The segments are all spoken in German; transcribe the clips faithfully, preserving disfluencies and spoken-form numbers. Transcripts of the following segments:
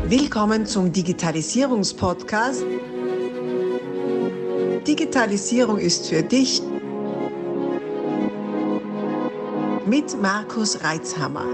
Willkommen zum Digitalisierungspodcast. Digitalisierung ist für dich mit Markus Reitzhammer.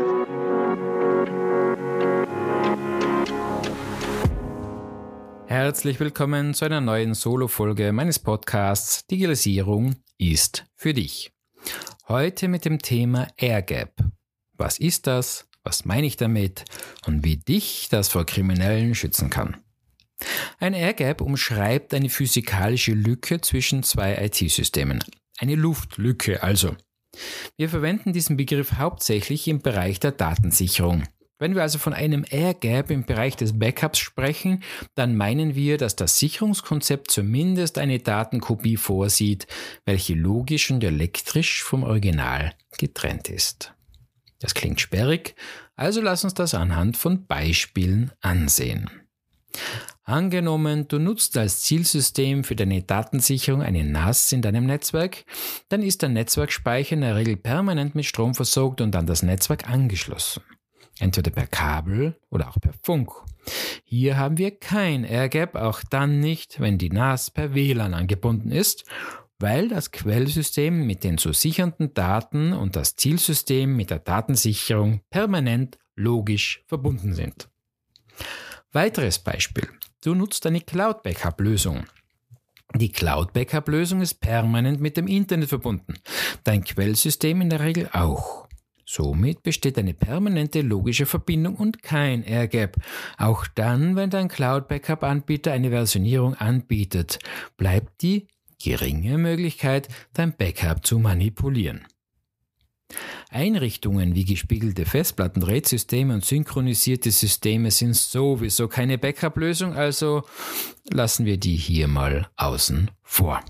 Herzlich willkommen zu einer neuen Solo-Folge meines Podcasts Digitalisierung ist für dich. Heute mit dem Thema Airgap. Was ist das? Was meine ich damit? Und wie dich das vor Kriminellen schützen kann. Ein Airgap umschreibt eine physikalische Lücke zwischen zwei I T-Systemen. Eine Luftlücke also. Wir verwenden diesen Begriff hauptsächlich im Bereich der Datensicherung. Wenn wir also von einem Airgap im Bereich des Backups sprechen, dann meinen wir, dass das Sicherungskonzept zumindest eine Datenkopie vorsieht, welche logisch und elektrisch vom Original getrennt ist. Das klingt sperrig, also lass uns das anhand von Beispielen ansehen. Angenommen, du nutzt als Zielsystem für deine Datensicherung eine N A S in deinem Netzwerk, dann ist der Netzwerkspeicher in der Regel permanent mit Strom versorgt und an das Netzwerk angeschlossen. Entweder per Kabel oder auch per Funk. Hier haben wir kein Airgap, auch dann nicht, wenn die N A S per W L A N angebunden ist, weil das Quellsystem mit den zu sichernden Daten und das Zielsystem mit der Datensicherung permanent logisch verbunden sind. Weiteres Beispiel. Du nutzt eine Cloud-Backup-Lösung. Die Cloud-Backup-Lösung ist permanent mit dem Internet verbunden. Dein Quellsystem in der Regel auch. Somit besteht eine permanente logische Verbindung und kein Airgap. Auch dann, wenn dein Cloud-Backup-Anbieter eine Versionierung anbietet, bleibt die geringe Möglichkeit, dein Backup zu manipulieren. Einrichtungen wie gespiegelte Festplatten, RAID-Systeme und synchronisierte Systeme sind sowieso keine Backup-Lösung, also lassen wir die hier mal außen vor.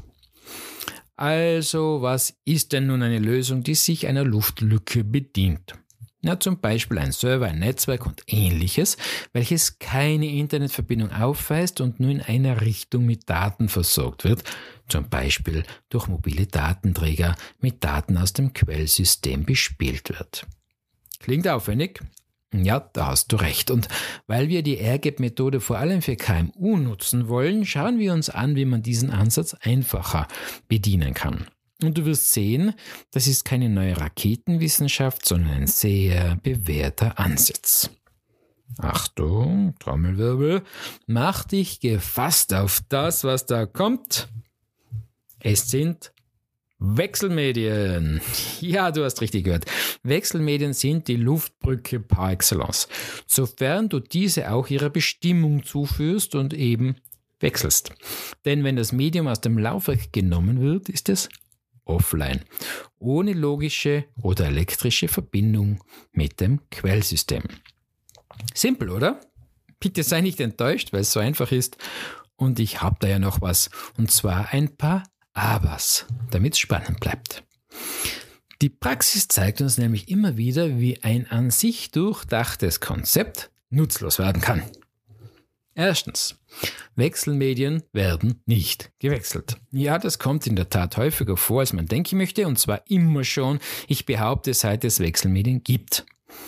Also, was ist denn nun eine Lösung, die sich einer Luftlücke bedient? Na, zum Beispiel ein Server, ein Netzwerk und ähnliches, welches keine Internetverbindung aufweist und nur in einer Richtung mit Daten versorgt wird, zum Beispiel durch mobile Datenträger mit Daten aus dem Quellsystem bespielt wird. Klingt aufwendig? Ja, da hast du recht. Und weil wir die Airgap-Methode vor allem für K M U nutzen wollen, schauen wir uns an, wie man diesen Ansatz einfacher bedienen kann. Und du wirst sehen, das ist keine neue Raketenwissenschaft, sondern ein sehr bewährter Ansatz. Achtung, Trommelwirbel, mach dich gefasst auf das, was da kommt. Es sind Wechselmedien. Ja, du hast richtig gehört. Wechselmedien sind die Luftbrücke par excellence, sofern du diese auch ihrer Bestimmung zuführst und eben wechselst. Denn wenn das Medium aus dem Laufwerk genommen wird, ist es offline, ohne logische oder elektrische Verbindung mit dem Quellsystem. Simpel, oder? Bitte sei nicht enttäuscht, weil es so einfach ist. Und ich habe da ja noch was, und zwar ein paar Abers, damit es spannend bleibt. Die Praxis zeigt uns nämlich immer wieder, wie ein an sich durchdachtes Konzept nutzlos werden kann. Erstens, Wechselmedien werden nicht gewechselt. Ja, das kommt in der Tat häufiger vor, als man denken möchte, und zwar immer schon, ich behaupte, seit es Wechselmedien gibt.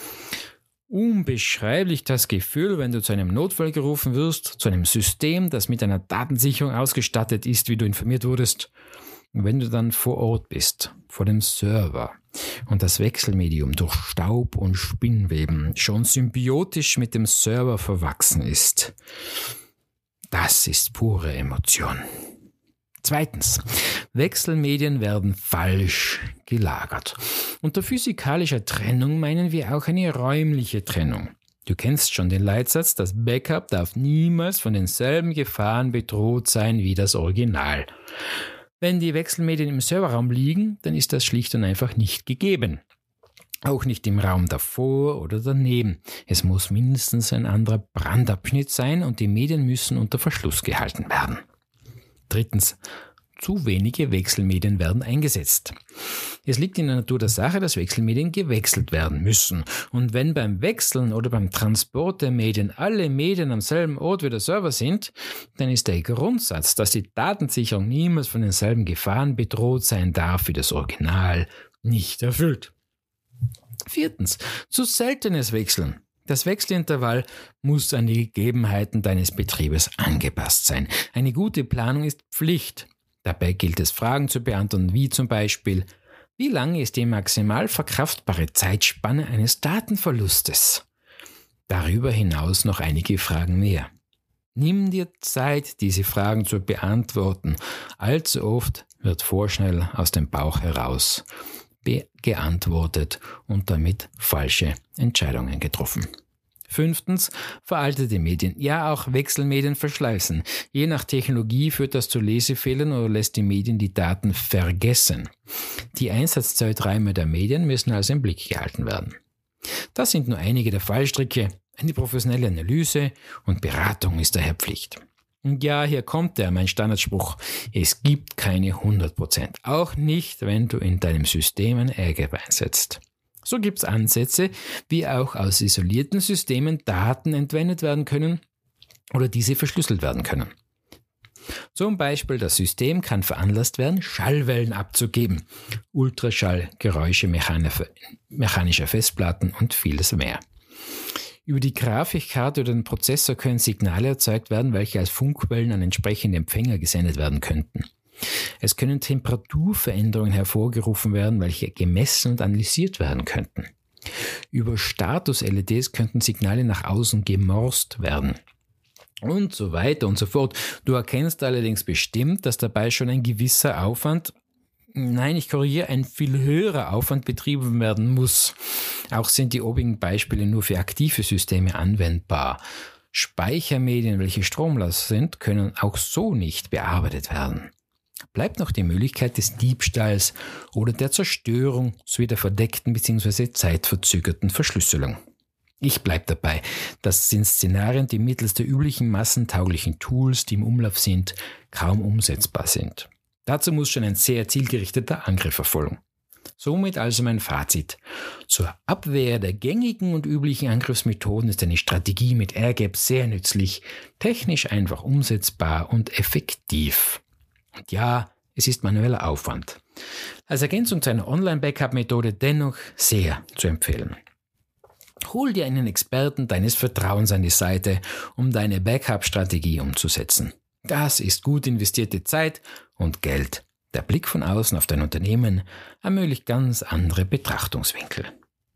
Unbeschreiblich das Gefühl, wenn du zu einem Notfall gerufen wirst, zu einem System, das mit einer Datensicherung ausgestattet ist, wie du informiert wurdest. Und wenn du dann vor Ort bist, vor dem Server, und das Wechselmedium durch Staub und Spinnweben schon symbiotisch mit dem Server verwachsen ist. Das ist pure Emotion. Zweitens, Wechselmedien werden falsch gelagert. Unter physikalischer Trennung meinen wir auch eine räumliche Trennung. Du kennst schon den Leitsatz, das Backup darf niemals von denselben Gefahren bedroht sein wie das Original. Wenn die Wechselmedien im Serverraum liegen, dann ist das schlicht und einfach nicht gegeben. Auch nicht im Raum davor oder daneben. Es muss mindestens ein anderer Brandabschnitt sein und die Medien müssen unter Verschluss gehalten werden. Drittens, zu wenige Wechselmedien werden eingesetzt. Es liegt in der Natur der Sache, dass Wechselmedien gewechselt werden müssen. Und wenn beim Wechseln oder beim Transport der Medien alle Medien am selben Ort wie der Server sind, dann ist der Grundsatz, dass die Datensicherung niemals von denselben Gefahren bedroht sein darf wie das Original, nicht erfüllt. Viertens, zu seltenes Wechseln. Das Wechselintervall muss an die Gegebenheiten deines Betriebes angepasst sein. Eine gute Planung ist Pflicht. Dabei gilt es, Fragen zu beantworten, wie zum Beispiel: Wie lange ist die maximal verkraftbare Zeitspanne eines Datenverlustes? Darüber hinaus noch einige Fragen mehr. Nimm dir Zeit, diese Fragen zu beantworten. Allzu oft wird vorschnell aus dem Bauch heraus geantwortet und damit falsche Entscheidungen getroffen. Fünftens, veraltete Medien. Ja, auch Wechselmedien verschleißen. Je nach Technologie führt das zu Lesefehlern oder lässt die Medien die Daten vergessen. Die Einsatzzeiträume der Medien müssen also im Blick gehalten werden. Das sind nur einige der Fallstricke. Eine professionelle Analyse und Beratung ist daher Pflicht. Und ja, hier kommt er, mein Standardspruch: Es gibt keine hundert Prozent. Auch nicht, wenn du in deinem System ein Airgap einsetzt. So gibt es Ansätze, wie auch aus isolierten Systemen Daten entwendet werden können oder diese verschlüsselt werden können. Zum Beispiel, das System kann veranlasst werden, Schallwellen abzugeben, Ultraschallgeräusche mechanischer Festplatten und vieles mehr. Über die Grafikkarte oder den Prozessor können Signale erzeugt werden, welche als Funkwellen an entsprechende Empfänger gesendet werden könnten. Es können Temperaturveränderungen hervorgerufen werden, welche gemessen und analysiert werden könnten. Über Status-L E Ds könnten Signale nach außen gemorst werden. Und so weiter und so fort. Du erkennst allerdings bestimmt, dass dabei schon ein gewisser Aufwand, nein, ich korrigiere, ein viel höherer Aufwand betrieben werden muss. Auch sind die obigen Beispiele nur für aktive Systeme anwendbar. Speichermedien, welche stromlos sind, können auch so nicht bearbeitet werden. Bleibt noch die Möglichkeit des Diebstahls oder der Zerstörung sowie der verdeckten bzw. zeitverzögerten Verschlüsselung. Ich bleibe dabei, das sind Szenarien, die mittels der üblichen massentauglichen Tools, die im Umlauf sind, kaum umsetzbar sind. Dazu muss schon ein sehr zielgerichteter Angriff erfolgen. Somit also mein Fazit: Zur Abwehr der gängigen und üblichen Angriffsmethoden ist eine Strategie mit Airgap sehr nützlich, technisch einfach umsetzbar und effektiv. Und ja, es ist manueller Aufwand. Als Ergänzung zu einer Online-Backup-Methode dennoch sehr zu empfehlen. Hol dir einen Experten deines Vertrauens an die Seite, um deine Backup-Strategie umzusetzen. Das ist gut investierte Zeit und Geld. Der Blick von außen auf dein Unternehmen ermöglicht ganz andere Betrachtungswinkel.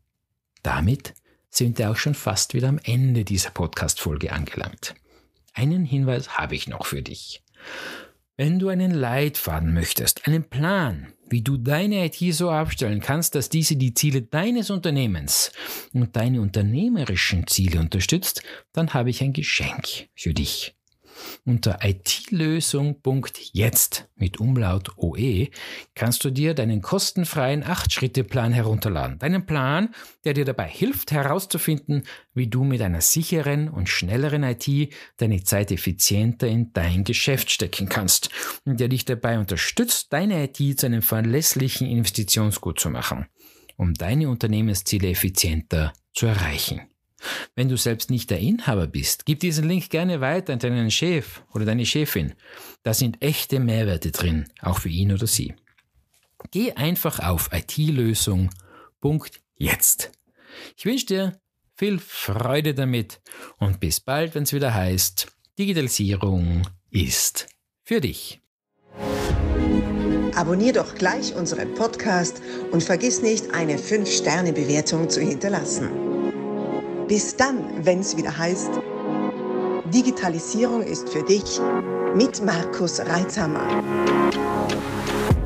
Damit sind wir auch schon fast wieder am Ende dieser Podcast-Folge angelangt. Einen Hinweis habe ich noch für dich. Wenn du einen Leitfaden möchtest, einen Plan, wie du deine I T so aufstellen kannst, dass diese die Ziele deines Unternehmens und deine unternehmerischen Ziele unterstützt, dann habe ich ein Geschenk für dich. Unter I T Lösung Punkt jetzt mit Umlaut O E kannst du dir deinen kostenfreien acht Schritte Plan herunterladen. Deinen Plan, der dir dabei hilft, herauszufinden, wie du mit einer sicheren und schnelleren I T deine Zeit effizienter in dein Geschäft stecken kannst und der dich dabei unterstützt, deine I T zu einem verlässlichen Investitionsgut zu machen, um deine Unternehmensziele effizienter zu erreichen. Wenn du selbst nicht der Inhaber bist, gib diesen Link gerne weiter an deinen Chef oder deine Chefin. Da sind echte Mehrwerte drin, auch für ihn oder sie. Geh einfach auf I T Lösung Punkt jetzt. Ich wünsche dir viel Freude damit und bis bald, wenn es wieder heißt, Digitalisierung ist für dich. Abonnier doch gleich unseren Podcast und vergiss nicht, eine fünf Sterne Bewertung zu hinterlassen. Bis dann, wenn es wieder heißt, Digitalisierung ist für dich mit Markus Reitzhammer.